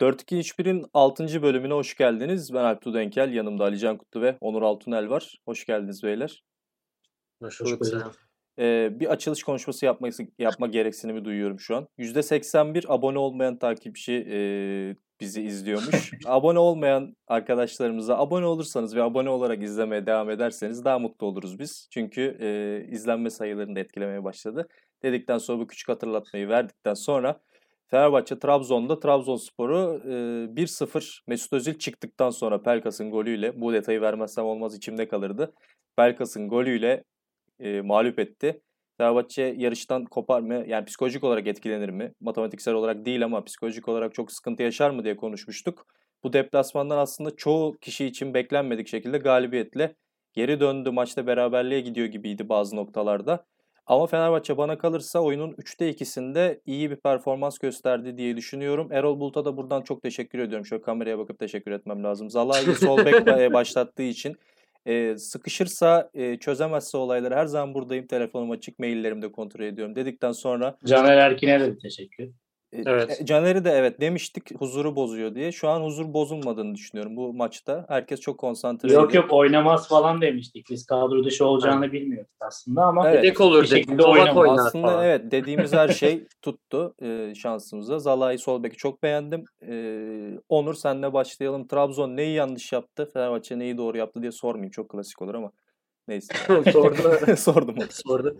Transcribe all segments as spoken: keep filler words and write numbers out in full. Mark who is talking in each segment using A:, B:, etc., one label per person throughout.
A: dört iki üç bir'in altıncı bölümüne hoş geldiniz. Ben Alp Tudenkel, yanımda Ali Can Kutlu ve Onur Altunel var. Hoş geldiniz beyler.
B: Hoş
C: Hoş
B: bulduk.
C: bulduk.
B: Selam.
A: Ee, bir açılış konuşması yapmak, yapma gereksinimi duyuyorum şu an. yüzde seksen bir abone olmayan takipçi e, bizi izliyormuş. Abone olmayan arkadaşlarımıza abone olursanız ve abone olarak izlemeye devam ederseniz daha mutlu oluruz biz. Çünkü e, izlenme sayılarını da etkilemeye başladı. Dedikten sonra bu küçük hatırlatmayı verdikten sonra Fenerbahçe Trabzon'da Trabzonspor'u e, bir sıfır Mesut Özil çıktıktan sonra Pelkas'ın golüyle, bu detayı vermezsem olmaz içimde kalırdı. Pelkas'ın golüyle e, mağlup etti. Fenerbahçe yarıştan kopar mı? Yani psikolojik olarak etkilenir mi? Matematiksel olarak değil ama psikolojik olarak çok sıkıntı yaşar mı diye konuşmuştuk. Bu deplasmandan aslında çoğu kişi için beklenmedik şekilde galibiyetle geri döndü. Maçta beraberliğe gidiyor gibiydi bazı noktalarda. Ama Fenerbahçe bana kalırsa oyunun üçte ikisinde iyi bir performans gösterdi diye düşünüyorum. Erol Bulut'a da buradan çok teşekkür ediyorum. Şöyle kameraya bakıp teşekkür etmem lazım. Zalai'yi sol bek başlattığı için. Ee, sıkışırsa, e, çözemezse olayları her zaman buradayım. Telefonum açık, maillerimi de kontrol ediyorum dedikten sonra.
C: Caner Erkin'e de bir teşekkür.
A: E,
B: Evet.
A: e, Caner'i de evet demiştik huzuru bozuyor diye. Şu an huzur bozulmadığını düşünüyorum bu maçta. Herkes çok konsantreydi.
C: Yok yok oynamaz falan demiştik. Biz kadro dışı olacağını
B: Evet.
C: bilmiyorduk aslında ama
A: Evet.
B: Yedek olur
C: bir
B: dedik.
C: şekilde
B: Kovak
C: oynamadı.
B: oynar
A: Aslında
B: falan.
A: evet dediğimiz her şey tuttu e, şansımıza. Zalai sol beki çok beğendim. E, Onur senle başlayalım. Trabzon neyi yanlış yaptı? Fenerbahçe neyi doğru yaptı diye sormayayım. Çok klasik olur ama neyse.
B: Sordu.
A: Sordum onu.
B: Sordu.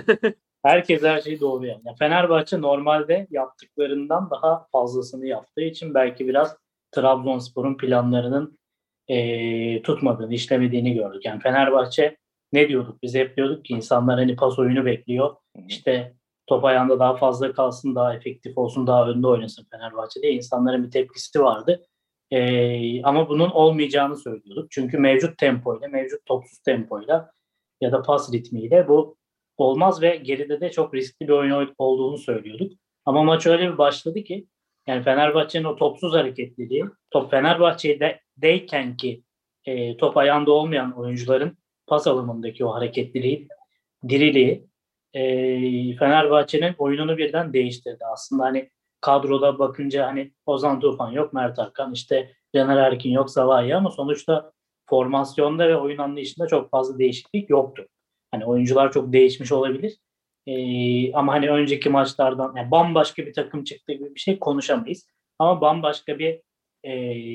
C: Herkes her şeyi doğru yaptı. Yani Fenerbahçe normalde yaptıklarından daha fazlasını yaptığı için belki biraz Trabzonspor'un planlarının eee, tutmadığını, işlemediğini gördük. Yani Fenerbahçe ne diyorduk? Biz hep diyorduk ki insanlar hani pas oyunu bekliyor.
A: Hı hı.
C: İşte top ayağında daha fazla kalsın, daha efektif olsun, daha önde oynasın Fenerbahçe diye insanların bir tepkisi vardı. Eee, ama bunun olmayacağını söylüyorduk. Çünkü mevcut tempoyla, mevcut topsuz tempoyla ya da pas ritmiyle bu olmaz ve geride de çok riskli bir oyun olduğunu söylüyorduk. Ama maç öyle bir başladı ki yani Fenerbahçe'nin o topsuz hareketliliği, top Fenerbahçe'deyken ki e, top ayağında olmayan oyuncuların pas alımındaki o hareketliliği, diriliği e, Fenerbahçe'nin oyununu birden değiştirdi. Aslında hani kadroda bakınca hani Ozan Tufan yok, Mert Hakan, işte Caner Erkin yok, Zavai ama sonuçta formasyonda ve oyun anlayışında çok fazla değişiklik yoktu. Hani oyuncular çok değişmiş olabilir. Ee, ama hani önceki maçlardan yani bambaşka bir takım çıktı gibi bir şey konuşamayız. Ama bambaşka bir e,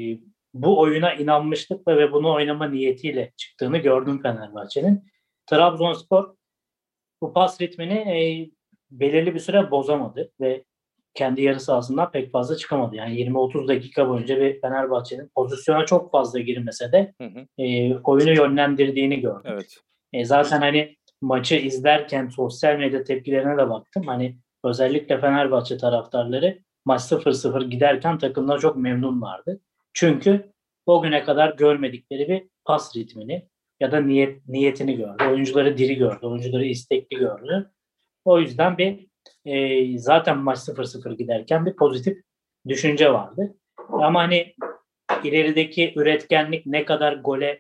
C: bu oyuna inanmışlıkla ve bunu oynama niyetiyle çıktığını gördüm Fenerbahçe'nin. Trabzonspor bu pas ritmini e, belirli bir süre bozamadı ve kendi yarı sahasından pek fazla çıkamadı. Yani yirmi otuz dakika boyunca bir Fenerbahçe'nin pozisyona çok fazla girmese de
A: Hı hı.
C: e, oyunu yönlendirdiğini gördük.
A: Evet.
C: E, zaten hani maçı izlerken sosyal medya tepkilerine de baktım. Hani özellikle Fenerbahçe taraftarları maç sıfır sıfır giderken takımlar çok memnunlardı. Çünkü o güne kadar görmedikleri bir pas ritmini ya da niyet niyetini gördü. Oyuncuları diri gördü. Oyuncuları istekli gördü. O yüzden bir e, zaten maç sıfır sıfır giderken bir pozitif düşünce vardı. Ama hani ilerideki üretkenlik ne kadar gole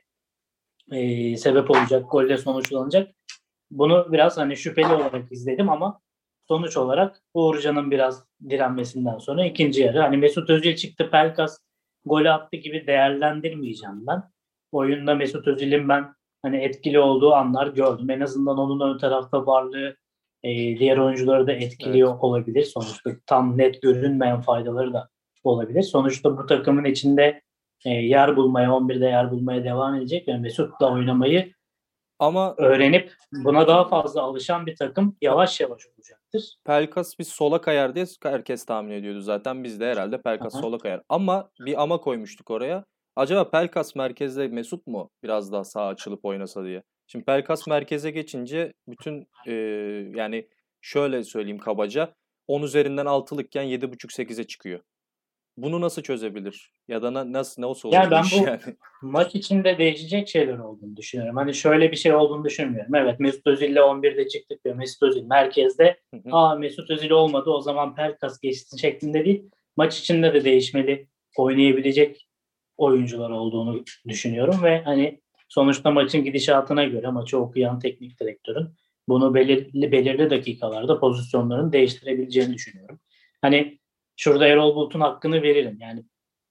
C: e, sebep olacak, golle sonuçlanacak. Bunu biraz hani şüpheli olarak izledim ama sonuç olarak Uğurcan'ın biraz direnmesinden sonra ikinci yarı hani Mesut Özil çıktı, Pelkas golü attı gibi değerlendirmeyeceğim ben. Oyunda Mesut Özil'in ben hani etkili olduğu anlar gördüm. En azından onun ön tarafta varlığı e, diğer oyuncuları da etkiliyor
A: Evet.
C: olabilir. Sonuçta tam net görünmeyen faydaları da olabilir. Sonuçta bu takımın içinde e, yer bulmaya, on birde yer bulmaya devam edecek ve Mesut'la oynamayı
A: Ama
C: öğrenip buna daha fazla alışan bir takım yavaş yavaş olacaktır.
A: Pelkas bir sola kayar diye herkes tahmin ediyordu zaten. Biz de herhalde Pelkas
C: Aha.
A: sola kayar. Ama bir ama koymuştuk oraya. Acaba Pelkas merkezde Mesut mu biraz daha sağa açılıp oynasa diye. Şimdi Pelkas merkeze geçince bütün e, yani şöyle söyleyeyim kabaca on üzerinden altılıkken yedi buçuk sekize çıkıyor. Bunu nasıl çözebilir? Ya da na- nasıl nasıl olur
C: Yani
A: bu
C: ben
A: iş
C: bu
A: yani?
C: maç içinde değişecek şeyler olduğunu düşünüyorum. Hani şöyle bir şey olduğunu düşünmüyorum. Evet, Mesut Özil'le on birde çıktık ve Mesut Özil merkezde.
A: Hı hı.
C: Aa, Mesut Özil olmadı, o zaman Pelkas geçsin şeklinde değil. Maç içinde de değişmeli, oynayabilecek oyuncular olduğunu düşünüyorum ve hani sonuçta maçın gidişatına göre maçı okuyan teknik direktörün bunu belirli belirli dakikalarda pozisyonlarını değiştirebileceğini düşünüyorum. Hani şurada Erol Bulut'un hakkını veririm. Yani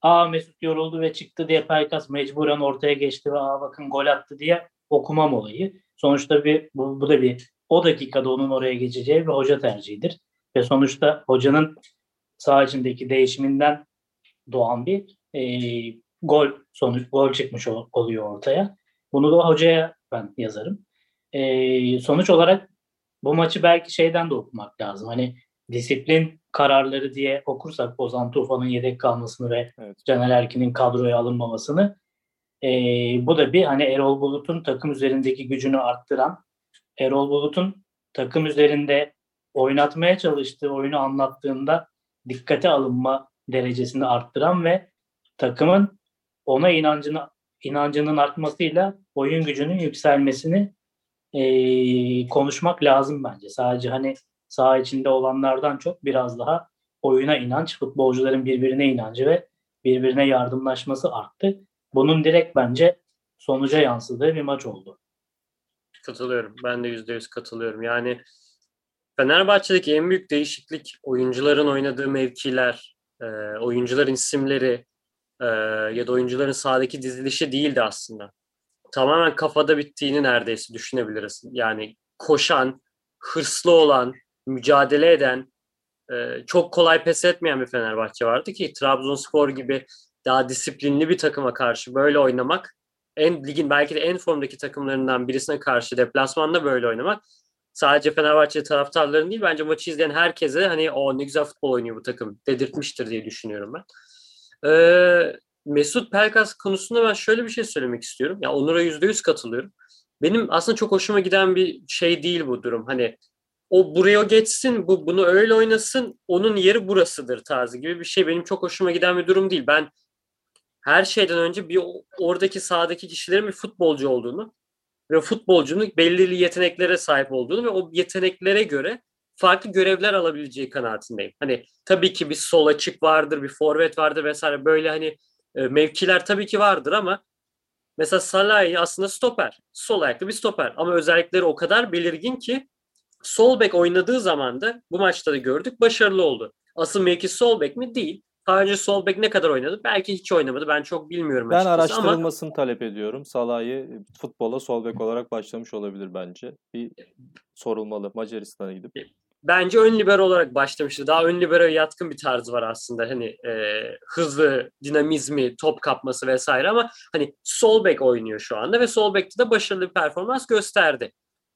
C: aa Mesut yoruldu ve çıktı diye Pelkas mecburen ortaya geçti ve aa bakın gol attı diye okumam olayı. Sonuçta bir bu, bu da bir o dakikada onun oraya geçeceği bir hoca tercihidir. Ve sonuçta hocanın saha içindeki değişiminden doğan bir e, gol sonuç gol çıkmış ol, oluyor ortaya. Bunu da hocaya ben yazarım. E, sonuç olarak bu maçı belki şeyden de okumak lazım. Hani disiplin kararları diye okursak Ozan Tufan'ın yedek kalmasını ve
A: Evet.
C: Caner Erkin'in kadroya alınmamasını e, bu da bir hani Erol Bulut'un takım üzerindeki gücünü arttıran, Erol Bulut'un takım üzerinde oynatmaya çalıştığı oyunu anlattığında dikkate alınma derecesini arttıran ve takımın ona inancını inancının artmasıyla oyun gücünün yükselmesini e, konuşmak lazım bence. Sadece hani saha içinde olanlardan çok biraz daha oyuna inanç, futbolcuların birbirine inancı ve birbirine yardımlaşması arttı. Bunun direkt bence sonuca yansıdığı bir maç oldu.
B: Katılıyorum. Ben de yüzde yüz katılıyorum. Yani Fenerbahçe'deki en büyük değişiklik oyuncuların oynadığı mevkiler, e, oyuncuların isimleri e, ya da oyuncuların sahadaki dizilişi değildi aslında. Tamamen kafada bittiğini neredeyse düşünebiliriz. Yani koşan, hırslı olan, mücadele eden, e, çok kolay pes etmeyen bir Fenerbahçe vardı ki Trabzonspor gibi daha disiplinli bir takıma karşı böyle oynamak, en ligin belki de en formdaki takımlarından birisine karşı deplasmanda böyle oynamak sadece Fenerbahçe taraftarlarının değil bence maçı izleyen herkese hani o ne güzel futbol oynuyor bu takım dedirtmiştir diye düşünüyorum ben. Ee, Mesut Pelkas konusunda ben şöyle bir şey söylemek istiyorum. Ya Onur'a yüzde yüz katılıyorum. Benim aslında çok hoşuma giden bir şey değil bu durum. Hani o buraya geçsin, bu bunu öyle oynasın, onun yeri burasıdır tarzı gibi bir şey benim çok hoşuma giden bir durum değil. Ben her şeyden önce bir oradaki sahadaki kişilerin bir futbolcu olduğunu ve futbolcunun belirli yeteneklere sahip olduğunu ve o yeteneklere göre farklı görevler alabileceği kanaatindeyim. Hani tabii ki bir sol açık vardır, bir forvet vardır vesaire böyle hani e, mevkiler tabii ki vardır ama mesela Salah'ı aslında stoper. Sol ayaklı bir stoper ama özellikleri o kadar belirgin ki sol bek oynadığı zaman da bu maçta da gördük başarılı oldu. Asıl mevki sol bek mi? Değil. Daha önce sol bek ne kadar oynadı? Belki hiç oynamadı. Ben çok bilmiyorum
A: Ben
B: açıkçası ama
A: araştırılmasını talep ediyorum. Salah'ı futbola sol bek olarak başlamış olabilir bence. Bir sorulmalı Macaristan'a gidip.
B: bence ön libero olarak başlamıştı. Daha ön liberoya yatkın bir tarzı var aslında. Hani e, hızlı, dinamizmi, top kapması vesaire ama hani sol bek oynuyor şu anda ve sol bekte de başarılı bir performans gösterdi.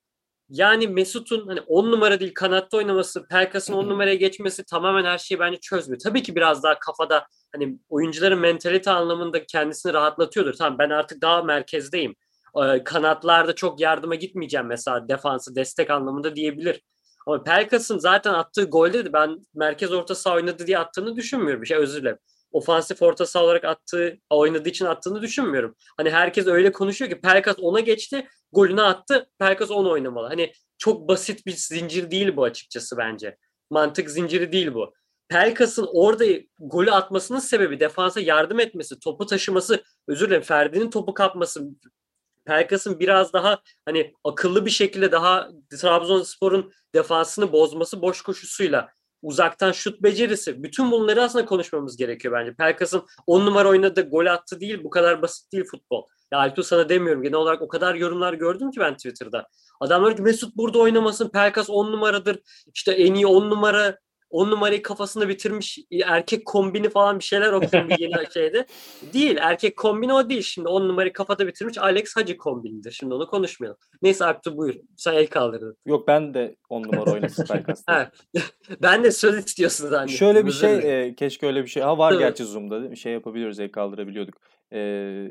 B: Yani Mesut'un hani on numara değil kanatta oynaması, Pelkas'ın on numaraya geçmesi tamamen her şeyi bence çözmüyor. Tabii ki biraz daha kafada hani oyuncuların mentalite anlamında kendisini rahatlatıyordur. Tamam ben artık daha merkezdeyim. Ee, kanatlarda çok yardıma gitmeyeceğim mesela defansı destek anlamında diyebilir. Ama Pelkas'ın zaten attığı golde de ben merkez orta saha oynadı diye attığını düşünmüyorum. Bir şey özür dilerim. Ofansif orta saha olarak attığı, oynadığı için attığını düşünmüyorum. Hani herkes öyle konuşuyor ki Pelkas ona geçti, golünü attı. Pelkas onu oynamalı. Hani çok basit bir zincir değil bu açıkçası bence. Mantık zinciri değil bu. Pelkas'ın orada golü atmasının sebebi defansa yardım etmesi, topu taşıması, özür dilerim Ferdi'nin topu kapması, Pelkas'ın biraz daha hani akıllı bir şekilde daha Trabzonspor'un defansını bozması boş koşusuyla uzaktan şut becerisi. Bütün bunları aslında konuşmamız gerekiyor bence. Pelkas'ın on numara oynadı, gol attı değil. Bu kadar basit değil futbol. Ya Altuğ sana demiyorum. Genel olarak o kadar yorumlar gördüm ki ben Twitter'da. Adamlar ki Mesut burada oynamasın. Pelkas on numaradır. İşte en iyi on numara on numarayı kafasında bitirmiş erkek kombini falan bir şeyler okudum bir yeni şeyde. Değil. Erkek kombini o değil. Şimdi on numarayı kafada bitirmiş Alex Hacı kombinidir. Şimdi onu konuşmayalım. Neyse Altuğ buyur. Sen el kaldırdın.
A: Yok ben de on numara oynasın Pelkas'ta.
B: Ben de söz istiyorsun zannettim.
A: Şöyle bir
B: Özür
A: şey,
B: dilerim.
A: e, keşke öyle bir şey. Ha var
B: Tabii.
A: gerçi Zoom'da değil mi? Şey yapabiliyoruz, el kaldırabiliyorduk. E,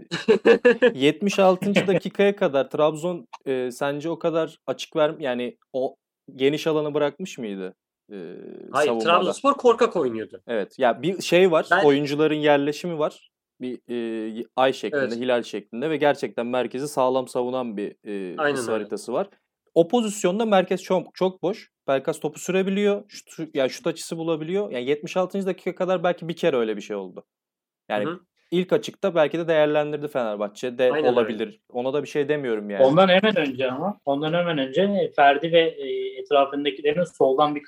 A: yetmiş altıncı dakikaya kadar Trabzon e, sence o kadar açık ver yani o geniş alanı bırakmış mıydı e,
B: Hayır,
A: savunmada?
B: Trabzonspor korkak oynuyordu.
A: Evet. Ya bir şey var.
B: Ben
A: Oyuncuların yerleşimi var. Bir e, ay şeklinde,
B: evet,
A: hilal şeklinde ve gerçekten merkezi sağlam savunan bir e,
B: aynen
A: ısı
B: öyle.
A: haritası var. O pozisyonda merkez çok çok boş. Pelkas topu sürebiliyor. Şut, yani şut açısı bulabiliyor. Yani yetmiş altıncı dakika kadar belki bir kere öyle bir şey oldu. Yani
B: Hı hı.
A: ilk açıkta belki de değerlendirdi Fenerbahçe de
B: Aynen öyle.
A: olabilir. Ona da bir şey demiyorum yani.
C: Ondan hemen önce ama ondan hemen önce Ferdi ve e, etrafındakilerin soldan birkaç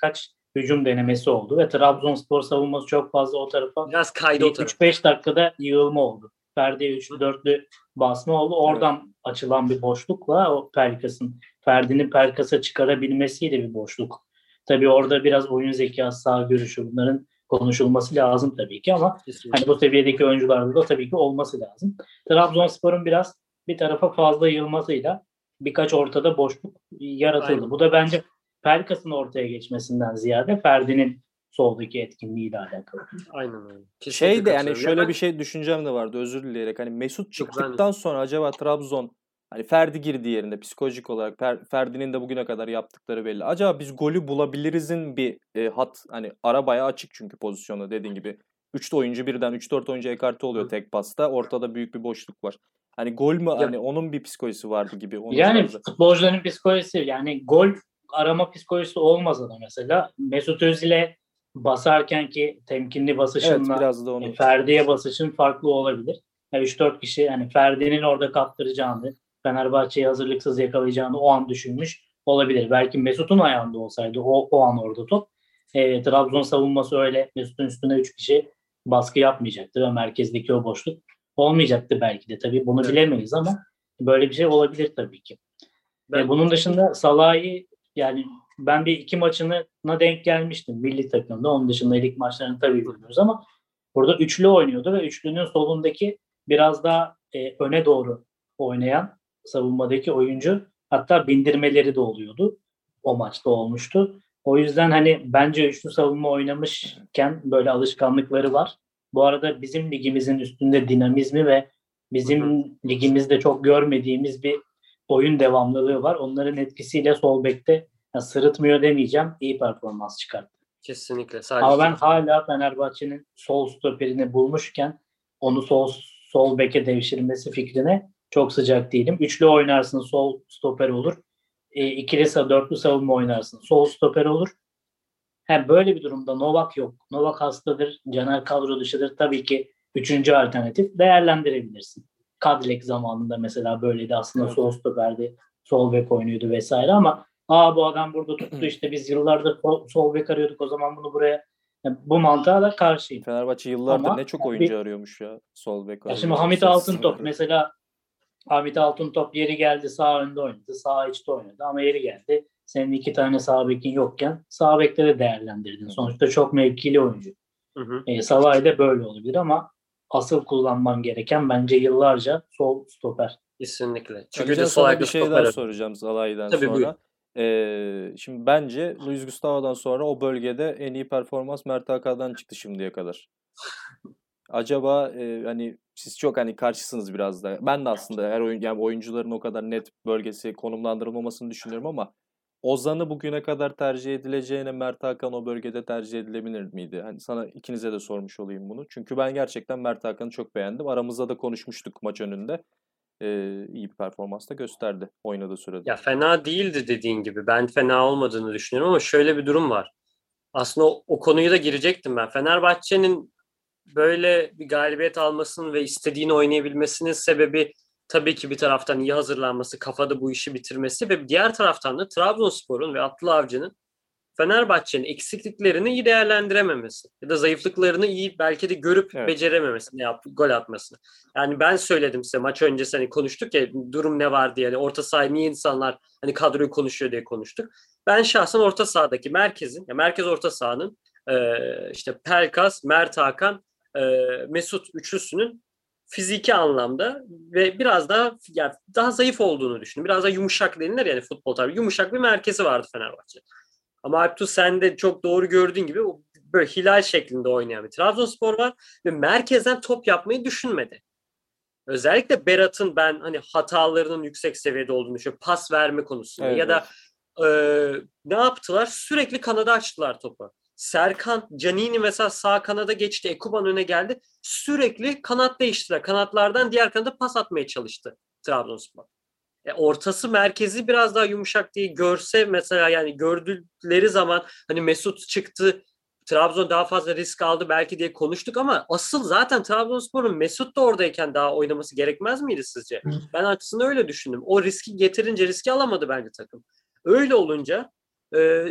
C: hücum denemesi oldu ve Trabzonspor savunması çok fazla o tarafa
B: Biraz kaydı o tarafa.
C: üç beş dakikada yığılma oldu. Ferdi'ye üçlü dörtlü basma oldu. Oradan evet. açılan bir boşlukla o Pelkas'ın Ferdi'nin Pelkas'a çıkarabilmesiyle bir boşluk. Tabii orada biraz oyun zekası, sağ görüşü bunların konuşulması lazım tabii ki ama Kesinlikle. hani bu seviyedeki oyuncularda da tabii ki olması lazım. Trabzonspor'un biraz bir tarafa fazla yığılmasıyla birkaç ortada boşluk yaratıldı. Aynen. Bu da bence Pelkas'ın ortaya geçmesinden ziyade Ferdi'nin soldaki etkinliğiyle alakalı.
B: Aynen öyle.
A: Şey de yani şöyle bir şey düşüncem de vardı, özür dileyerek. Hani Mesut çıktıktan sonra acaba Trabzon hani Ferdi girdi yerinde psikolojik olarak Ferdi'nin de bugüne kadar yaptıkları belli. Acaba biz golü bulabilirizin bir e, hat hani ara bayağı açık çünkü pozisyonu dediğin gibi. üç oyuncu birden üç dört oyuncu ekarte oluyor Hı. tek pasta. Ortada büyük bir boşluk var. Hani gol mü ya, hani onun bir psikolojisi vardı gibi. Onun
C: yani
A: tarzı.
C: Futbolcuların psikolojisi yani gol arama psikolojisi olmasa da mesela Mesut Özil'e basarken ki temkinli basışınla evet, biraz da onu. Ferdi'ye basışın farklı olabilir. Yani üç dört kişi yani Ferdi'nin orada kaptıracağını, Fenerbahçe'yi hazırlıksız yakalayacağını o an düşünmüş olabilir. Belki Mesut'un ayağında olsaydı o, o an orada top. E, Trabzon savunması öyle Mesut'un üstüne üç kişi baskı yapmayacaktı ve merkezdeki o boşluk olmayacaktı belki de. Tabii bunu evet. bilemeyiz ama böyle bir şey olabilir tabii ki. Ben... E, bunun dışında Salah'ı yani ben bir iki maçına denk gelmiştim milli takımda. Onun dışında lig maçlarını tabii bilmiyoruz ama burada üçlü oynuyordu ve üçlünün solundaki biraz daha e, öne doğru oynayan savunmadaki oyuncu hatta bindirmeleri de oluyordu. O maçta olmuştu. O yüzden hani bence üçlü savunma oynamışken böyle alışkanlıkları var. Bu arada bizim ligimizin üstünde dinamizmi ve bizim hı hı. ligimizde çok görmediğimiz bir oyun devamlılığı var. Onların etkisiyle sol bekte yani sırıtmıyor demeyeceğim. İyi performans çıkarttı.
B: Kesinlikle. Sadece
C: Ama ben hala Fenerbahçe'nin sol stoperini bulmuşken onu sol sol beke devşirmesi fikrine çok sıcak değilim. Üçlü oynarsın sol stoper olur. E, ikili dörtlü savunma oynarsın sol stoper olur. Hem böyle bir durumda Novak yok. Novak hastadır. Caner kadro dışıdır. Tabii ki üçüncü alternatif değerlendirebilirsin. Kadlek zamanında mesela böyleydi. Aslında evet. sol stoperdi. Sol bek oynuyordu vesaire ama aa bu adam burada tuttu işte biz yıllardır sol bek arıyorduk o zaman bunu buraya yani bu mantığa da karşıyım.
A: Fenerbahçe yıllardır ama ne çok oyuncu bir, arıyormuş ya sol bek.
C: Ya şimdi Hamit Altıntop mesela Hamit Altıntop yeri geldi sağ önde oynadı. Sağ içte oynadı ama yeri geldi. Senin iki tane sağ bekin yokken sağ bekte de değerlendirdin. Hı-hı. Sonuçta çok mevkili oyuncu. E, Salah'ı da böyle olabilir ama asıl kullanman gereken bence yıllarca sol stoper.
B: Kesinlikle.
A: Çünkü de sana bir şey daha soracağım Salah'dan Tabii sonra. Buyur. Ee, şimdi bence Luis Gustavo'dan sonra o bölgede en iyi performans Mert Hakan'dan çıktı şimdiye kadar. Acaba e, hani siz çok hani karşısınız biraz da. Ben de aslında her oyun yani oyuncuların o kadar net bölgesi konumlandırılmamasını düşünüyorum ama Ozan'ı bugüne kadar tercih edileceğine Mert Hakan o bölgede tercih edilebilir miydi? Hani sana ikinize de sormuş olayım bunu. Çünkü ben gerçekten Mert Hakan'ı çok beğendim. Aramızda da konuşmuştuk maç önünde. Ee, iyi bir performans da gösterdi oynadığı sürede.
B: Ya fena değildi dediğin gibi. Ben fena olmadığını düşünüyorum ama şöyle bir durum var. Aslında o, o konuyu da girecektim ben. Fenerbahçe'nin böyle bir galibiyet almasının ve istediğini oynayabilmesinin sebebi tabii ki bir taraftan iyi hazırlanması, kafada bu işi bitirmesi ve diğer taraftan da Trabzonspor'un ve Abdullah Avcı'nın Fenerbahçe'nin eksikliklerini iyi değerlendirememesi ya da zayıflıklarını iyi belki de görüp evet. becerememesi, ne yap, gol atmasını. Yani ben söyledim size maç öncesi hani konuştuk ya durum ne var diye, hani orta sahayı niye insanlar hani kadroyu konuşuyor diye konuştuk. Ben şahsen orta sahadaki merkezin, ya merkez orta sahanın e, işte Pelkas, Mert Hakan, e, Mesut üçlüsünün fiziki anlamda ve biraz daha yani daha zayıf olduğunu düşündüm. Biraz daha yumuşak denilir yani futbol tabii. Yumuşak bir merkezi vardı Fenerbahçe. Ama Alptu sen de çok doğru gördüğün gibi böyle hilal şeklinde oynayan bir Trabzonspor var ve merkezden top yapmayı düşünmedi. Özellikle Berat'ın ben hani hatalarının yüksek seviyede olduğunu düşünüyorum. Pas verme konusunda evet, ya da evet. e, ne yaptılar? Sürekli kanada açtılar topu. Serkan, Canini mesela sağ kanada geçti. Ekuban öne geldi. Sürekli kanat değiştiler. Kanatlardan diğer kanada pas atmaya çalıştı Trabzonspor. E, ortası merkezi biraz daha yumuşak diye görse mesela yani gördükleri zaman hani Mesut çıktı, Trabzon daha fazla risk aldı belki diye konuştuk ama asıl zaten Trabzonspor'un Mesut da oradayken daha oynaması gerekmez miydi sizce? Ben açısından öyle düşündüm. O riski getirince riski alamadı bence takım. Öyle olunca e,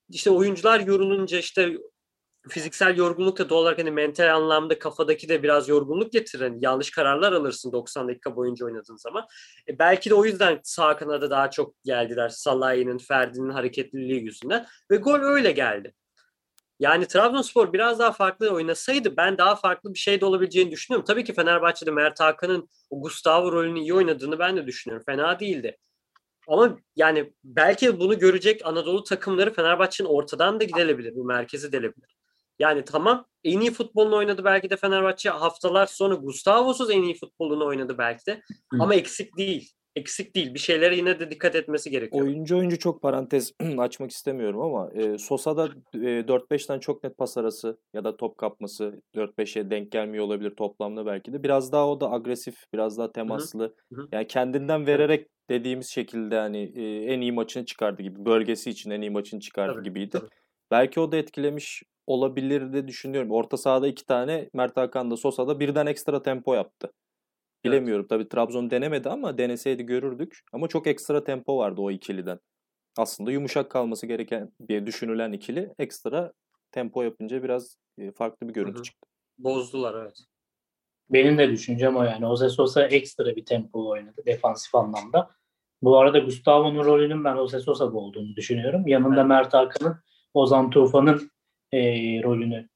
B: işte oyuncular yorulunca işte fiziksel yorgunluk da doğal olarak hani mental anlamda kafadaki de biraz yorgunluk getirir. Yani yanlış kararlar alırsın doksan dakika boyunca oynadığın zaman. E belki de o yüzden sağ kanada daha çok geldiler. Salahi'nin, Ferdi'nin hareketliliği yüzünden. Ve gol öyle geldi. Yani Trabzonspor biraz daha farklı oynasaydı ben daha farklı bir şey de olabileceğini düşünüyorum. Tabii ki Fenerbahçe'de Mert Hakan'ın o Gustavo rolünü iyi oynadığını ben de düşünüyorum. Fena değildi. Ama yani belki bunu görecek Anadolu takımları Fenerbahçe'nin ortadan da gidebilir. Bu merkezi delebilir. Yani tamam en iyi futbolunu oynadı belki de Fenerbahçe. Haftalar sonra Gustavo'suz en iyi futbolunu oynadı belki de.
C: Hı.
B: Ama eksik değil. Eksik değil. Bir şeylere yine de dikkat etmesi gerekiyor.
A: Oyuncu oyuncu çok parantez açmak istemiyorum ama e, Sosa'da e, dört beşten çok net pas arası ya da top kapması dört beşe denk gelmiyor olabilir toplamda belki de. Biraz daha o da agresif, biraz daha temaslı.
B: Hı hı.
A: Yani kendinden vererek dediğimiz şekilde hani e, en iyi maçını çıkardı gibi. Bölgesi için en iyi maçını çıkardı
B: Tabii,
A: gibiydi.
B: tabii.
A: Belki o da etkilemiş olabilir de düşünüyorum. Orta sahada iki tane Mert Hakan da Sosa'da birden ekstra tempo yaptı. Bilemiyorum. Tabii Trabzon denemedi ama deneseydi görürdük. Ama çok ekstra tempo vardı o ikiliden. Aslında yumuşak kalması gereken bir düşünülen ikili ekstra tempo yapınca biraz e, farklı bir
B: Hı
A: görüntü
B: hı.
A: çıktı.
B: Bozdular evet.
C: Benim de düşüncem o yani. Jose Sosa ekstra bir tempo oynadı defansif anlamda. Bu arada Gustavo'nun rolünün ben Jose Sosa'da olduğunu düşünüyorum. Yanında
B: Evet.
C: Mert Hakan'ın Ozan Tufan'ın e, rolünü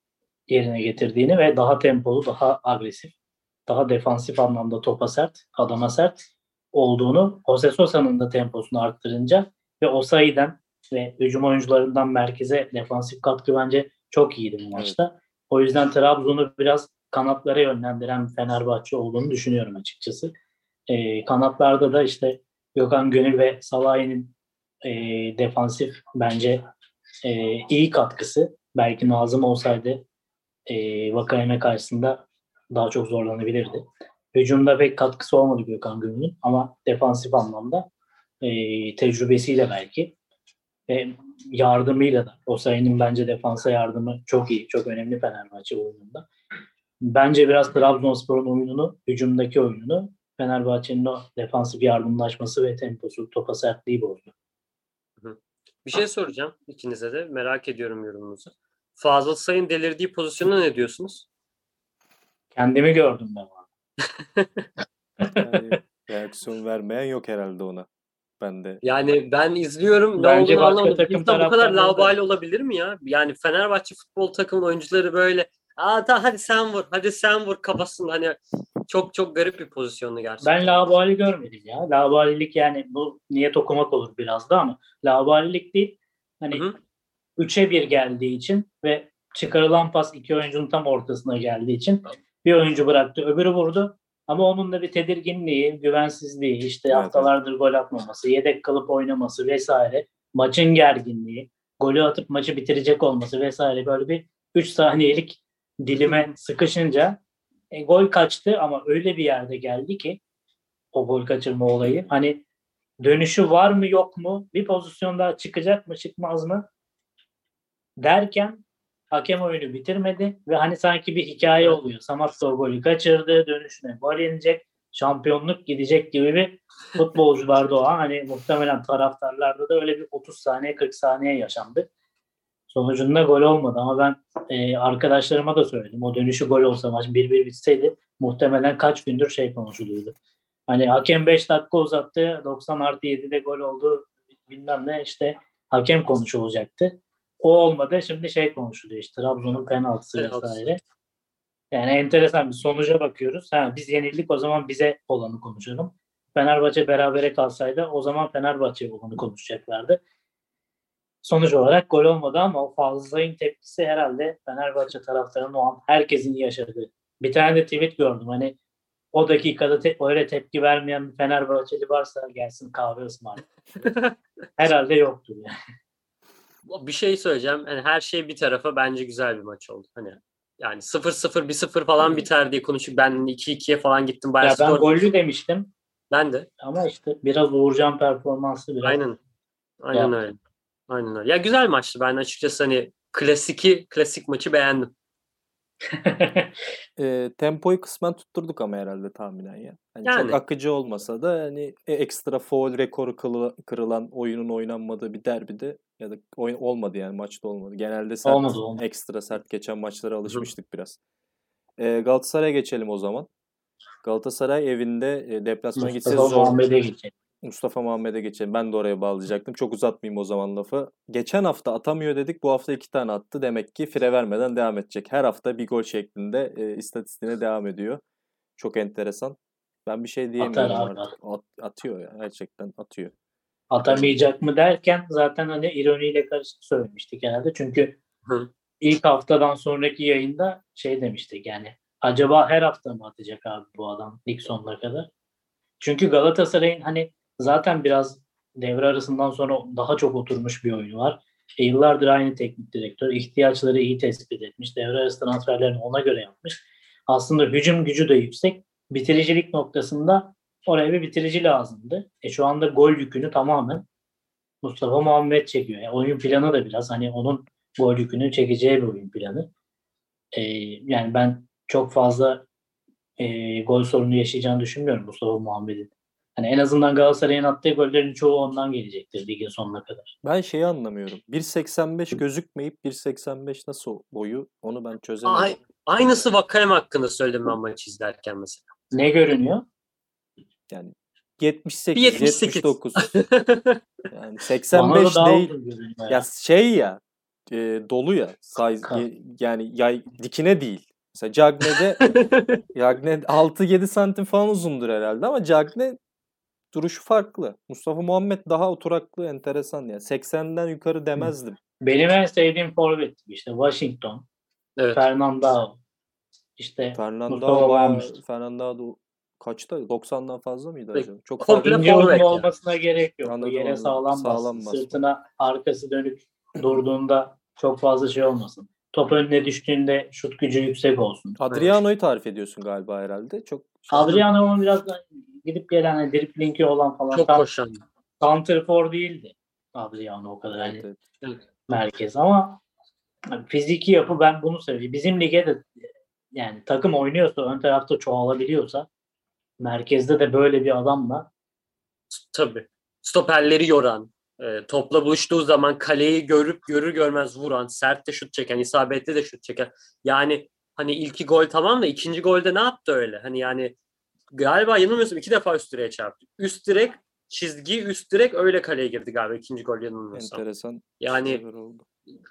C: yerine getirdiğini ve daha tempolu, daha agresif, daha defansif anlamda topa sert, adama sert olduğunu, Jose Sosa'nın da temposunu arttırınca ve Osayi'den ve hücum oyuncularından merkeze defansif katkı bence çok iyiydi bu maçta. Evet. O yüzden Trabzon'u biraz kanatlara yönlendiren Fenerbahçe olduğunu düşünüyorum açıkçası. E, kanatlarda da işte Gökhan Gönül ve Salahi'nin e, defansif bence e, iyi katkısı. Belki Nazım olsaydı e, Vakayeme karşısında daha çok zorlanabilirdi. Hücumda pek katkısı olmadı Gökhan Gönül'ün ama defansif anlamda e, tecrübesiyle belki ve yardımıyla da Osayi'nin bence defansa yardımı çok iyi, çok önemli Fenerbahçe oyununda. Bence biraz Trabzonspor'un oyununu, hücumdaki oyununu Fenerbahçe'nin o defansif yardımlaşması ve temposu, topa sertliği bozdu.
B: Bir şey soracağım ikinize de. Merak ediyorum yorumunuzu. Fazıl Say'ın delirdiği pozisyona ne diyorsunuz?
C: Kendimi gördüm ben.
A: Yani reaksiyon vermeyen yok herhalde ona. Ben de.
B: Yani ben izliyorum ne
C: Bence
B: olduğunu
C: başka
B: anlamadım.
C: takım
B: İnsan bu kadar
C: taraftarları da-
B: laubali olabilir mi ya? Yani Fenerbahçe futbol takımının oyuncuları böyle aa ta hadi sen vur, hadi sen vur kafasında hani çok çok garip bir pozisyonlu gerçekten.
C: Ben laubali görmedim ya. Laubalilik yani bu niyet okumak olur biraz da ama laubalilik değil. Hani
B: Hı hı.
C: üçe bir geldiği için ve çıkarılan pas iki oyuncunun tam ortasına geldiği için bir oyuncu bıraktı, öbürü vurdu. Ama onun da bir tedirginliği, güvensizliği, işte
A: Evet,
C: haftalardır gol atmaması, yedek kalıp oynaması vesaire, maçın gerginliği, golü atıp maçı bitirecek olması vesaire böyle bir üç saniyelik dilime sıkışınca e, gol kaçtı ama öyle bir yerde geldi ki o gol kaçırma olayı. Hani dönüşü var mı yok mu? Bir pozisyon daha çıkacak mı çıkmaz mı? Derken hakem oyunu bitirmedi ve hani sanki bir hikaye
B: Evet.
C: oluyor. Samat da o golü kaçırdı, dönüşüne gol yenecek, şampiyonluk gidecek gibi bir futbolcularda o an hani muhtemelen taraftarlarda da öyle bir otuz saniye kırk saniye yaşandı. Sonucunda gol olmadı ama ben e, arkadaşlarıma da söyledim. O dönüşü gol olsa maç bir bir bitseydi muhtemelen kaç gündür şey konuşuluyordu. Hani hakem beş dakika uzattı, doksan artı yedide gol oldu bilmem ne işte hakem konuşulacaktı. O olmadı. Şimdi şey konuşuluyor işte Trabzon'un penaltısı
B: Penaltısı.
C: vesaire. Yani enteresan bir sonuca bakıyoruz. Ha, biz yenildik o zaman bize olanı konuşalım. Fenerbahçe berabere kalsaydı o zaman Fenerbahçe olanı konuşacaklardı. Sonuç olarak gol olmadı ama o Fazıl'ın tepkisi herhalde Fenerbahçe taraftarının o an herkesin yaşadığı. Bir tane de tweet gördüm. Hani o dakikada te- öyle tepki vermeyen bir Fenerbahçeli varsa gelsin kahve ısmarlayın. Herhalde yoktur yani.
B: Bir şey söyleyeceğim. Yani her şey bir tarafa bence güzel bir maç oldu. Hani yani sıfır sıfır bir sıfır falan biter diye konuşup ben iki ikiye falan gittim. Bayağı
C: Ya ben
B: skor.
C: gollü demiştim
B: Ben de.
C: ama işte biraz Uğurcan performansı biraz
B: Aynen. Aynen
C: yaptı.
B: öyle. Aynen öyle. Ya güzel maçtı. Ben açıkçası hani klasiki klasik maçı beğendim.
A: E, tempoyu kısmen tutturduk ama herhalde tahminen ya. Hani
B: Yani.
A: çok akıcı olmasa da hani e, ekstra foul rekoru kılı- kırılan oyunun oynanmadığı bir derbide Ya da oyun olmadı yani maçta olmadı. Genelde sert,
C: Olmadı, olmadı.
A: ekstra sert geçen maçlara alışmıştık biraz. Ee, Galatasaray'a geçelim o zaman. Galatasaray evinde e, deplasmana gitse
C: Mustafa
A: zor.
C: Muhammed'e geçelim.
A: Mustafa Muhammed'e geçelim. Ben de oraya bağlayacaktım. Çok uzatmayayım o zaman lafı. Geçen hafta atamıyor dedik. Bu hafta iki tane attı. Demek ki fire vermeden devam edecek. Her hafta bir gol şeklinde e, istatistiğine devam ediyor. Çok enteresan. Ben bir şey diyemiyorum
C: Atar abi,
A: artık. At, atıyor ya. Gerçekten atıyor.
C: Atamayacak mı derken zaten hani ironiyle karışık söylemiştik herhalde. Çünkü
B: Hı.
C: ilk haftadan sonraki yayında şey demiştik yani acaba her hafta mı atacak abi bu adam lig sonuna kadar? Çünkü Galatasaray'ın hani zaten biraz devre arasından sonra daha çok oturmuş bir oyunu var. E, yıllardır aynı teknik direktör. İhtiyaçları iyi tespit etmiş. Devre arası transferlerini ona göre yapmış. Aslında hücum gücü de yüksek. Bitiricilik noktasında oraya bir bitirici lazımdı. E şu anda gol yükünü tamamen Mustafa Muhammed çekiyor. Yani oyun planı da biraz hani onun gol yükünü çekeceği bir oyun planı. E, yani ben çok fazla e, gol sorunu yaşayacağını düşünmüyorum Mustafa Muhammed'in. Hani en azından Galatasaray'ın attığı gollerin çoğu ondan gelecektir ligin sonuna kadar.
A: Ben şeyi anlamıyorum. bir seksen beş gözükmeyip bir seksen beş nasıl boyu onu ben çözemedim.
B: Ay, aynısı Vakayeme hakkında söyledim ben maçı izlerken mesela.
C: Ne görünüyor?
A: Yani yetmiş
B: Bir
A: sekiz,
B: yetmiş
A: yetmiş
B: sekiz.
A: dokuz. Yani seksen
C: Bana da
A: beş
C: daha
A: değil.
C: uzun görünüyor.
A: Ya
C: Ya.
A: şey ya e, dolu ya size,
C: Ka-
A: yani yay dikine değil. Mesela Cagne'de Cagne altı yedi santim falan uzundur herhalde ama Cagne duruşu farklı. Mustafa Muhammed daha oturaklı, enteresan yani. seksenden yukarı demezdim.
C: Benim en sevdiğim forvet işte Washington,
B: Evet.
C: Fernandao, işte
A: Fernando
C: Mustafa
A: bayağı
C: Muhammed.
A: Fernando kaçta? doksandan fazla mıydı
B: Peki,
A: acaba? Çok
B: komple
A: farklı.
C: İnce uzun
B: forvet ya.
C: olmasına gerek yok. O
A: Anladım,
C: yere
A: anladım.
C: sağlam bassın.
A: Sağlam basma.
C: Sırtına arkası dönük durduğunda çok fazla şey olmasın. Top önüne düştüğünde şut gücü yüksek olsun.
A: Adriano'yu tarif ediyorsun galiba herhalde. Çok
C: Adriano'nun biraz da gidip gelen hani driblingi olan falan
B: Çok
C: tam
B: koşan.
C: santrfor değildi Adriano o kadar
A: evet,
C: hani
A: evet.
B: Evet.
C: merkez ama fiziki yapı ben bunu seviyorum. Bizim lige de yani takım oynuyorsa ön tarafta çoğalabiliyorsa merkezde de böyle bir adamla
B: Tabii. Stoperleri yoran, e, topla buluştuğu zaman kaleyi görüp görür görmez vuran, sert de şut çeken, isabetli de şut çeken. Yani hani ilki gol tamam da ikinci golde ne yaptı öyle? Hani yani galiba yanılmıyorsam iki defa üst direğe çarptı. Üst direk, çizgi, üst direk öyle kaleye girdi galiba ikinci gol yanılmıyorsam.
A: Enteresan
B: Yani
A: şeyler oldu.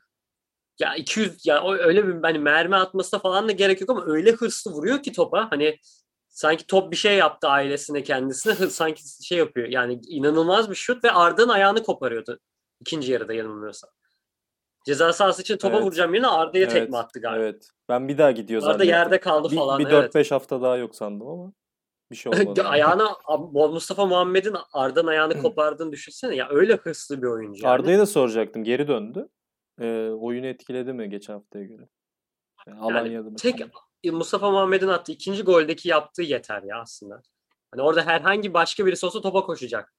B: ya iki yüz ya o öyle bir hani mermi atmasına falan da gerek yok ama öyle hırslı vuruyor ki topa. Hani sanki top bir şey yaptı ailesine kendisine. Hı- Sanki şey yapıyor. Yani inanılmaz bir şut ve Arda'nın ayağını koparıyordu. İkinci yarıda yanılmıyorsam. Ceza sahası için topa
A: Evet.
B: vuracağım yerine Arda'ya
A: Evet,
B: tekme attı galiba.
A: evet. Ben bir daha gidiyor
B: Arda
A: zannettim.
B: yerde kaldı
A: Bir,
B: falan.
A: bir
B: Evet.
A: dört beş hafta daha yok sandım ama bir şey olmadı.
B: Ayağına Mustafa Muhammed'in Arda'nın ayağını kopardığını düşünsene. Ya öyle hırslı bir oyuncu yani.
A: Arda'ya da soracaktım. Geri döndü. Ee, oyunu etkiledi mi geçen haftaya göre? Yani Alanya'da
B: Yani
A: mesela.
B: tek Mustafa Muhammed'in attığı ikinci goldeki yaptığı yeter ya aslında. Hani orada herhangi başka birisi olsa topa koşacak.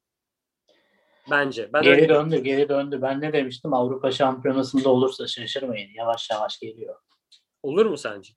B: Bence. Ben öyle
C: geri
B: görüyorum.
C: döndü, geri döndü. Ben ne demiştim? Avrupa Şampiyonası'nda olursa şaşırmayın. Yavaş yavaş geliyor.
B: Olur mu sence?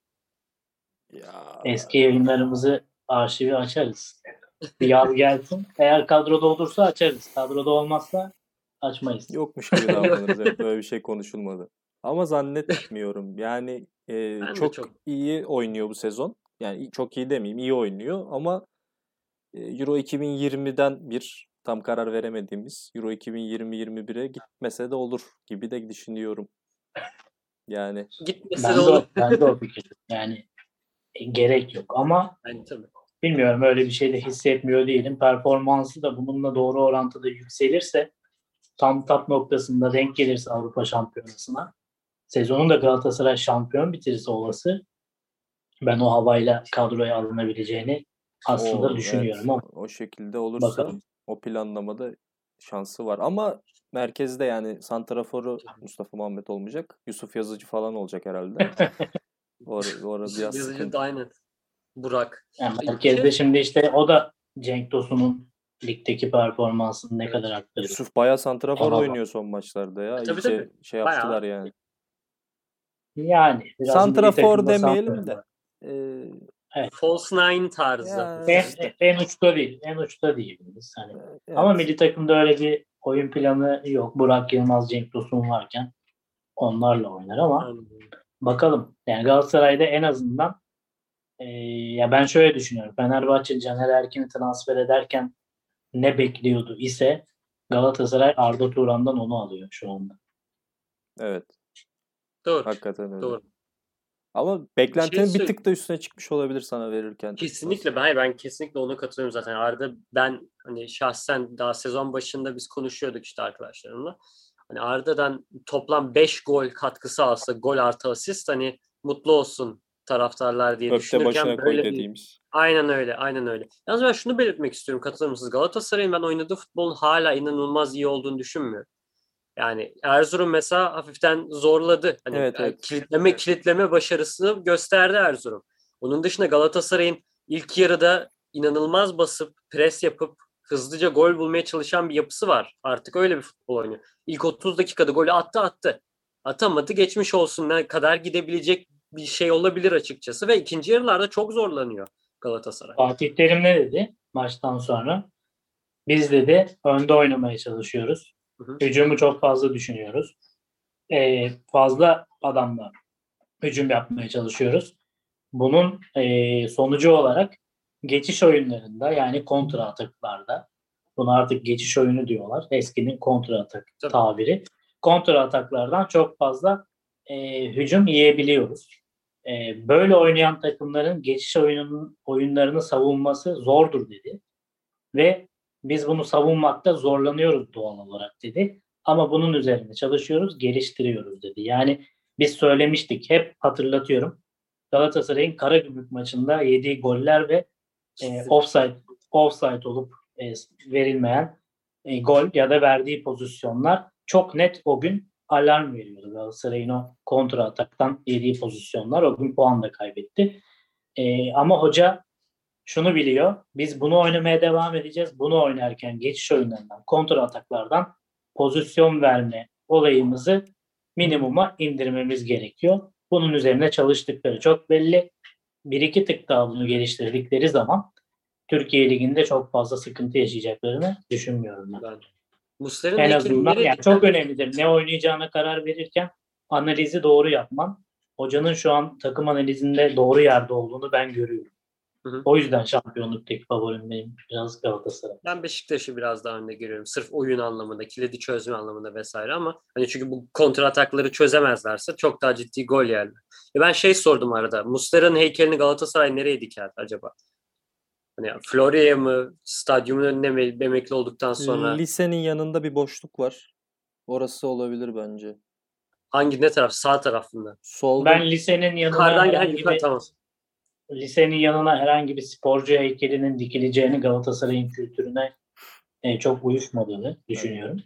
A: Ya
C: Eski yayınlarımızı arşivi açarız. Bir yaz gelsin. Eğer kadroda olursa açarız. Kadroda olmazsa açmayız.
A: yokmuş gibi davranırız. Evet, böyle bir şey konuşulmadı. Ama zannetmiyorum. Yani e,
B: Ben de
A: çok,
B: çok.
A: iyi oynuyor bu sezon. Yani çok iyi demeyeyim, iyi oynuyor ama e, Euro iki bin yirmiden bir tam karar veremediğimiz Euro iki bin yirmi yirmi bire gitmese de olur gibi de düşünüyorum. Yani
B: Gitmese
C: Ben
B: de
C: de,
B: olur.
C: o- ben de o fikirdim. Yani e, gerek yok ama
B: Yani tabii.
C: bilmiyorum öyle bir şey de hissetmiyor değilim. Performansı da bununla doğru orantıda yükselirse tam tap noktasında denk gelirse Avrupa Şampiyonası'na sezonun da Galatasaray şampiyon bitirirse olası ben o havayla kadroya alınabileceğini aslında
A: o
C: düşünüyorum
A: evet
C: ama
A: o şekilde olursa
C: bakalım.
A: o planlamada şansı var. Ama merkezde yani santraforu Mustafa Muhammed olmayacak. Yusuf Yazıcı falan olacak herhalde. Orada, orada biraz
B: Yazıcı
A: sıkıntı.
B: da aynen. Burak.
C: Yani
B: Şey,
C: merkezde şimdi işte o da Cenk Tosun'un ligdeki performansını ne
B: evet.
C: kadar aktarır.
A: Yusuf bayağı santrafor
C: Ona bak.
A: oynuyor son maçlarda ya.
B: Tabii
A: İyice
B: tabii.
A: şey yaptılar
B: Bayağı.
A: yani.
C: Yani biraz milli
A: Santrafor
C: takımda
A: demeyelim de.
C: santrafor.
A: Ee,
C: Evet.
B: False Nine tarzı.
A: ya
C: En,
A: işte.
C: en uçta değil. En uçta diyebiliriz. Hani.
A: Evet.
C: Ama milli takımda öyle bir oyun planı yok. Burak Yılmaz, Cenk Tosun varken onlarla oynar ama
B: Yani,
C: bakalım. Yani Galatasaray'da en azından e, ya ben şöyle düşünüyorum. Fenerbahçe Caner Erkin'i transfer ederken ne bekliyordu ise Galatasaray Arda Turan'dan onu alıyor şu anda.
A: Evet.
B: doğru.
A: Hakikaten öyle.
B: Doğru.
A: Ama
B: Bir şey
A: beklentinin bir
B: söyle-
A: tık da üstüne çıkmış olabilir sana verirken.
B: Kesinlikle ben ben kesinlikle ona katılıyorum zaten. Arda ben hani şahsen daha sezon başında biz konuşuyorduk işte arkadaşlarımla. Hani Arda'dan toplam beş gol katkısı alsa gol artı asist hani mutlu olsun taraftarlar diye
A: Köfte
B: düşünürken
A: başına koy
B: böyle bir
A: dediğimiz.
B: aynen öyle aynen öyle. Yalnız ben şunu belirtmek istiyorum, katılır mısınız? Galatasaray'ın ben oynadığı futbolun hala inanılmaz iyi olduğunu düşünmüyorum. Yani Erzurum mesela hafiften zorladı. Hani
A: Evet,
B: e,
A: evet.
B: kilitleme kilitleme başarısını gösterdi Erzurum. Onun dışında Galatasaray'ın ilk yarıda inanılmaz basıp pres yapıp hızlıca gol bulmaya çalışan bir yapısı var. Artık öyle bir futbol oynuyor. İlk otuz dakikada golü attı attı. Atamadı, geçmiş olsun, ne kadar gidebilecek bir şey olabilir açıkçası ve ikinci yarılarda çok zorlanıyor Galatasaray.
C: Fatih Terim ne dedi maçtan sonra? Biz dedi önde oynamaya çalışıyoruz.
B: Hı hı.
C: Hücumu çok fazla düşünüyoruz. Ee, fazla adamla hücum yapmaya çalışıyoruz. Bunun e, sonucu olarak geçiş oyunlarında yani kontra ataklarda, bunu artık geçiş oyunu diyorlar. Eskinin kontra atak
B: Tabii.
C: tabiri. Kontra ataklardan çok fazla e, hücum yiyebiliyoruz. E, böyle oynayan takımların geçiş oyunun oyunlarını savunması zordur dedi. Ve biz bunu savunmakta zorlanıyoruz doğal olarak dedi. Ama bunun üzerine çalışıyoruz, geliştiriyoruz dedi. Yani biz söylemiştik, hep hatırlatıyorum. Galatasaray'ın Karagümrük maçında yediği goller ve e, offside offside olup e, verilmeyen e, gol ya da verdiği pozisyonlar çok net o gün alarm veriyordu. Galatasaray'ın o kontra ataktan yediği pozisyonlar o gün puan da kaybetti. E, ama hoca şunu biliyor. Biz bunu oynamaya devam edeceğiz. Bunu oynarken geçiş oyunlarından, kontra ataklardan pozisyon verme olayımızı minimuma indirmemiz gerekiyor. Bunun üzerine çalıştıkları çok belli. Bir iki tık daha bunu geliştirdikleri zaman Türkiye Ligi'nde çok fazla sıkıntı yaşayacaklarını düşünmüyorum ben.
B: Ben. Muslera'nın
C: En
B: heykeli
C: azından
B: nereye
C: yani çok önemlidir. Ne oynayacağına karar verirken analizi doğru yapman. Hocanın şu an takım analizinde doğru yerde olduğunu ben görüyorum.
B: Hı hı.
C: O yüzden şampiyonluktaki favorim benim biraz Galatasaray.
B: Ben Beşiktaş'ı biraz daha önde görüyorum. Sırf oyun anlamında, kilidi çözme anlamında vesaire ama hani çünkü bu kontra atakları çözemezlerse çok daha ciddi gol yerler. E ben şey sordum arada. Muslera'nın heykelini Galatasaray nereye diker acaba? Hani Florya'ya mı, stadyumun önüne mi emekli olduktan sonra
A: Lisenin yanında bir boşluk var. Orası olabilir bence.
B: hangi ne taraf? Sağ tarafında.
A: Solda
C: Ben lisenin yanına
B: Yukarıdan gelen
C: herhangi
B: yukarı
C: bir
B: tamam.
C: lisenin yanına herhangi bir sporcu heykelinin dikileceğini Galatasaray'ın kültürüne e, çok uyuşmadığını düşünüyorum.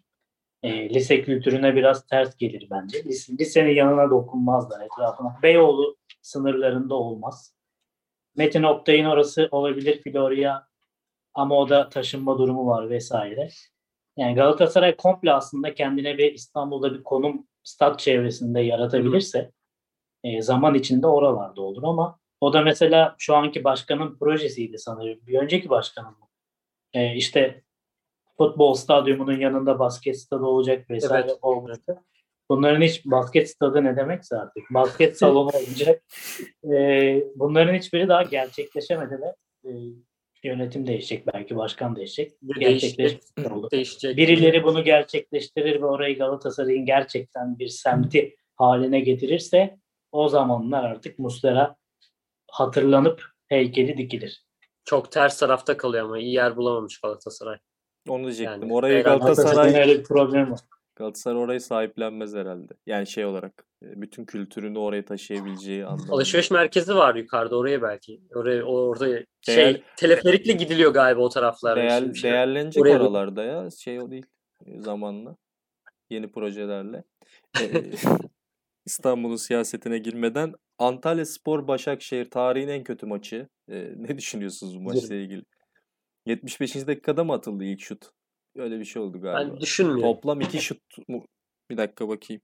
C: E, lise kültürüne biraz ters gelir bence. Lise, lisenin yanına dokunmazlar etrafına. Beyoğlu sınırlarında olmaz. Metin Oktay'ın orası olabilir Florya ama o da taşınma durumu var vesaire. Yani Galatasaray komple aslında kendine bir İstanbul'da bir konum stat çevresinde yaratabilirse e, zaman içinde oralarda olur ama o da mesela şu anki başkanın projesiydi sanırım. Bir önceki başkanın mı? E, işte futbol stadyumunun yanında basket stadı olacak vesaire
B: Evet.
C: olmuştu. Bunların hiç basket stadı ne demekse artık. Basket salonu olacak. E, bunların hiçbiri daha gerçekleşemedi ve e, yönetim değişecek belki başkan değişecek.
B: Değişecek.
C: Gerçekleşmiş oldu.
B: Değişecek.
C: Birileri bunu gerçekleştirir ve orayı Galatasaray'ın gerçekten bir semti haline getirirse o zamanlar artık Muslera hatırlanıp heykeli dikilir.
B: Çok ters tarafta kalıyor ama iyi yer bulamamış Galatasaray.
A: onu diyecektim.
B: Yani
A: Orayı
B: herhalde
C: Galatasaray'ın
A: Galatasaray
C: öyle bir problemi var.
A: Galatasaray orayı sahiplenmez herhalde. Yani şey olarak e, bütün kültürünü oraya taşıyabileceği anlamında.
B: alışveriş merkezi var yukarıda oraya belki. Oraya orada
A: Değer-
B: şey teleferikle gidiliyor galiba o taraflarda.
A: Değer,
B: Şimdi bir şey-
A: değerlenecek
B: Oraya-
A: oralarda ya. Şey o değil. e, Zamanla. Yeni projelerle. E, İstanbul'un siyasetine girmeden Antalyaspor Başakşehir tarihin en kötü maçı. E, ne düşünüyorsunuz bu maçla ilgili? yetmiş beşinci dakikada mı atıldı ilk şut? Öyle bir şey oldu galiba.
B: Ben düşünmüyorum.
A: Toplam iki şut mu? Bir dakika bakayım.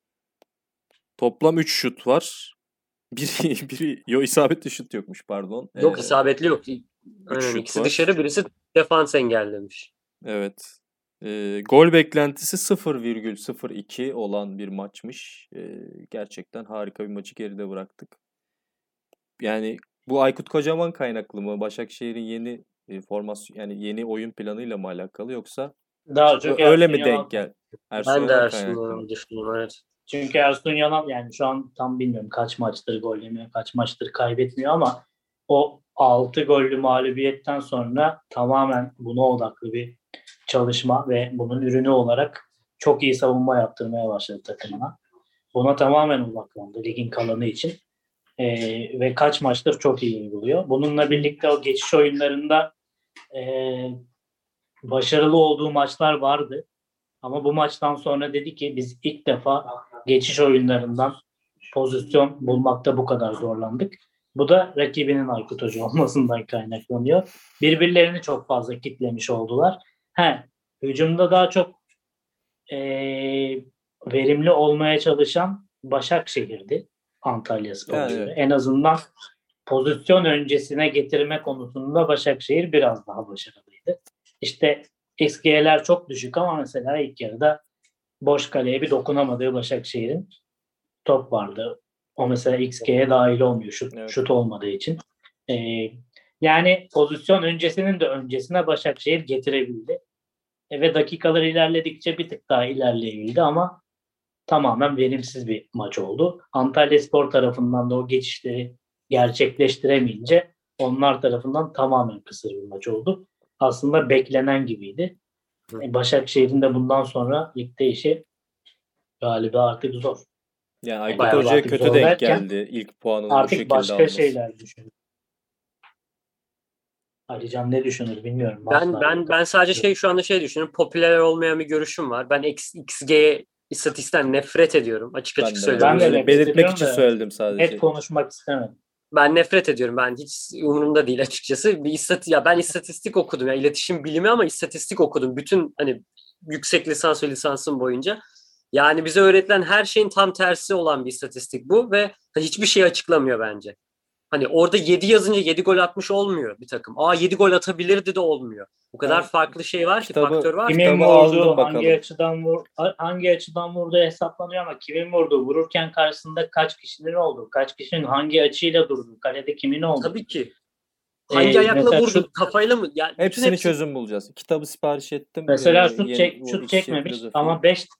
A: Toplam üç şut var. Biri, biri yo isabetli şut yokmuş pardon.
B: Yok
A: Ee,
B: isabetli yok.
A: üç
B: Aynen,
A: şut
B: ikisi
A: var.
B: dışarı birisi defans engellemiş.
A: Evet. E, gol beklentisi sıfır virgül sıfır iki olan bir maçmış. E, gerçekten harika bir maçı geride bıraktık. Yani bu Aykut Kocaman kaynaklı mı? Başakşehir'in yeni e, formasyon yani yeni oyun planıyla mı alakalı yoksa
C: Daha çok
A: ö- öyle
C: Ersun
A: mi
C: Yanal
A: denk gel?
C: kaynaklı.
A: Ersun
B: Ben de
A: Yanal kaynaklı mı?
B: Ersun'u düşündüm, evet.
C: Çünkü Ersun Yanal yani şu an tam bilmiyorum kaç maçtır gol yemiyor, kaç maçtır kaybetmiyor ama o altı gollü mağlubiyetten sonra tamamen buna odaklı bir çalışma ve bunun ürünü olarak çok iyi savunma yaptırmaya başladı takımına. Buna tamamen odaklandı ligin kalanı için. Ee, ve kaç maçtır çok iyi uyguluyor. Bununla birlikte o geçiş oyunlarında e, başarılı olduğu maçlar vardı. Ama bu maçtan sonra dedi ki biz ilk defa geçiş oyunlarından pozisyon bulmakta bu kadar zorlandık. Bu da rakibinin Aykut Hoca olmasından kaynaklanıyor. Birbirlerini çok fazla kitlemiş oldular. He, hücumda daha çok e, verimli olmaya çalışan Başakşehir'di Antalya Spor'a
A: Yani
C: göre.
A: evet.
C: En azından pozisyon öncesine getirme konusunda Başakşehir biraz daha başarılıydı. İşte X G'ler çok düşük ama mesela ilk yarıda boş kaleye bir dokunamadığı Başakşehir'in top vardı. O mesela X G'ye dahil olmuyor şut,
A: Evet.
C: şut olmadığı için. Ee, yani pozisyon öncesinin de öncesine Başakşehir getirebildi. E, ve dakikalar ilerledikçe bir tık daha ilerleyebildi ama tamamen verimsiz bir maç oldu. Antalyaspor tarafından da o geçişleri gerçekleştiremeyince onlar tarafından tamamen kısır bir maç oldu. Aslında beklenen gibiydi. E, Başakşehir'in de bundan sonra ligde işi galiba artık zor.
A: Yani
C: Yani
A: Aykut
B: Bayağı
C: galiba
A: Hoca'ya
C: artık
A: kötü
C: zor
A: denk
C: derken
A: geldi ilk puanını bu
C: artık
A: şekilde
C: başka
A: alması.
C: şeyler düşünüyor. Alican ne düşünür bilmiyorum.
B: Ben
C: Maçla
B: ben
C: alakalı.
B: ben sadece şey şu anda şey düşünüyorum. Popüler olmayan bir görüşüm var. Ben X, XG istatistiğinden nefret ediyorum. Açık açık
A: Ben de ben de
B: söylüyorum.
C: Ben de
A: böyle
C: nefret
A: belirtmek
C: ediyorum
A: için
C: da
A: söyledim
C: net
A: sadece.
C: konuşmak istemedim.
B: Ben nefret ediyorum. Ben hiç umurumda değil açıkçası. Bir istati ya ben istatistik okudum ya iletişim bilimi ama istatistik okudum. Bütün hani yüksek lisans ve lisansım boyunca. Yani bize öğretilen her şeyin tam tersi olan bir istatistik bu ve hiçbir şey açıklamıyor bence. Hani orada yedi yazınca yedi gol atmış olmuyor bir takım. Aa yedi gol atabilirdi de olmuyor. O kadar
A: Ben
B: farklı şey var ki,
A: kitabı
B: faktör var ki.
C: Kimin
A: kitabı aldım
C: vurduğu, hangi
A: bakalım.
C: açıdan vur, hangi açıdan vurduğu hesaplanıyor ama kimin vurduğu, vururken karşısında kaç kişinin olduğu, kaç kişinin hangi açıyla durduğu, kalede kimin olduğu.
B: Tabii ki. Hangi
C: Ee,
B: ayakla
C: mesela
B: vurdu?
C: şut
B: Kafayla mı? Yani bütün
A: Hepsini
B: hepsi
A: çözüm bulacağız. Kitabı sipariş ettim. Ee,
C: mesela şut
A: yeni
C: çek,
A: o
C: şut
A: X G
C: çekmemiş
A: filozofiyi.
C: ama beş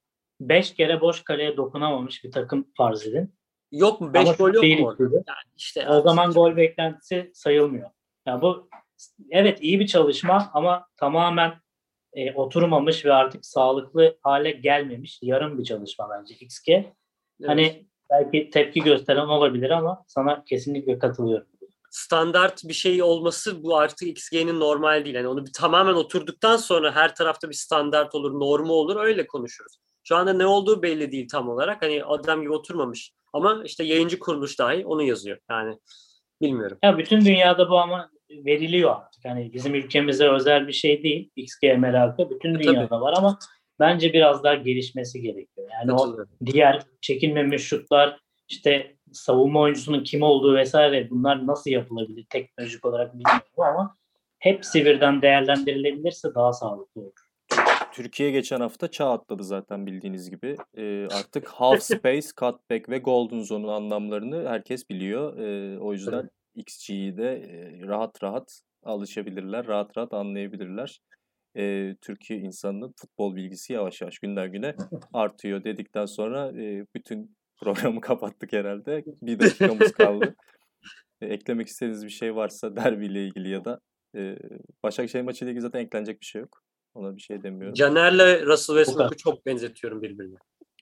C: beş kere boş kaleye dokunamamış bir takım farz edin.
B: yok mu?
C: Ama
B: Beş gol
C: şut
B: yok
C: değil
B: mu orada?
C: hiçbiri.
B: Yani işte
C: O
B: abi.
C: zaman gol beklentisi sayılmıyor. Ya bu evet iyi bir çalışma ama tamamen e, oturmamış ve artık sağlıklı hale gelmemiş yarım bir çalışma bence X G.
B: Evet.
C: Hani belki tepki gösteren olabilir ama sana kesinlikle katılıyorum.
B: Standart bir şey olması bu artık X G'nin normal değil. Yani onu bir tamamen oturduktan sonra her tarafta bir standart olur, normu olur, öyle konuşuruz. Şu anda ne olduğu belli değil tam olarak. Hani adam gibi oturmamış. Ama işte yayıncı kuruluş dahi onu yazıyor. Yani bilmiyorum.
C: Ya bütün dünyada bu ama veriliyor artık. Hani bizim ülkemize özel bir şey değil. X G merakı bütün
B: E, tabii
C: dünyada var ama bence biraz daha gelişmesi gerekiyor. Yani o
B: katılıyorum.
C: diğer çekilmemiş şutlar, işte savunma oyuncusunun kim olduğu vesaire bunlar nasıl yapılabilir teknolojik olarak bilmiyorum ama hepsi birden değerlendirilebilirse daha sağlıklı olur.
A: Türkiye geçen hafta çağ atladı zaten bildiğiniz gibi. Ee, artık half space, cutback ve golden zone'un anlamlarını herkes biliyor. Ee, o yüzden X G'yi de e, rahat rahat alışabilirler, rahat rahat anlayabilirler. Ee, Türkiye insanının futbol bilgisi yavaş yavaş günden güne artıyor dedikten sonra e, bütün programı kapattık herhalde. Bir dakikamız kaldı. E, eklemek istediğiniz bir şey varsa derbiyle ilgili ya da e, Başakşehir maçıyla ilgili zaten eklenecek bir şey yok. Ona bir şey demiyorum.
B: Caner'le Russell
C: Bu
B: Westbrook'u
C: kadar.
B: çok benzetiyorum birbirine.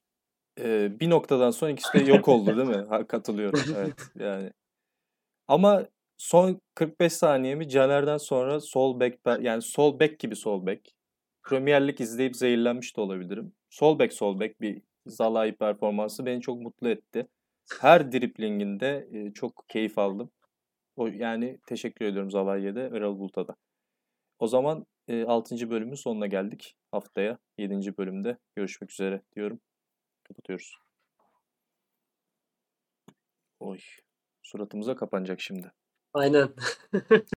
A: Ee, bir noktadan sonra ikisi de yok oldu değil mi? Ha, katılıyorum. Evet yani. Ama son kırk beş saniyemi Caner'den sonra sol bek yani sol bek gibi sol bek. Premier Lig izleyip zehirlenmiş de olabilirim. Sol bek sol bek bir Zalai performansı beni çok mutlu etti. Her driblinginde e, çok keyif aldım. O yani teşekkür ediyorum Zalai'ye de Erol Bulut'a da. O zaman e, altıncı bölümün sonuna geldik. Haftaya yedinci bölümde görüşmek üzere diyorum. Kapatıyoruz. Oy. Suratımıza kapanacak şimdi.
B: Aynen.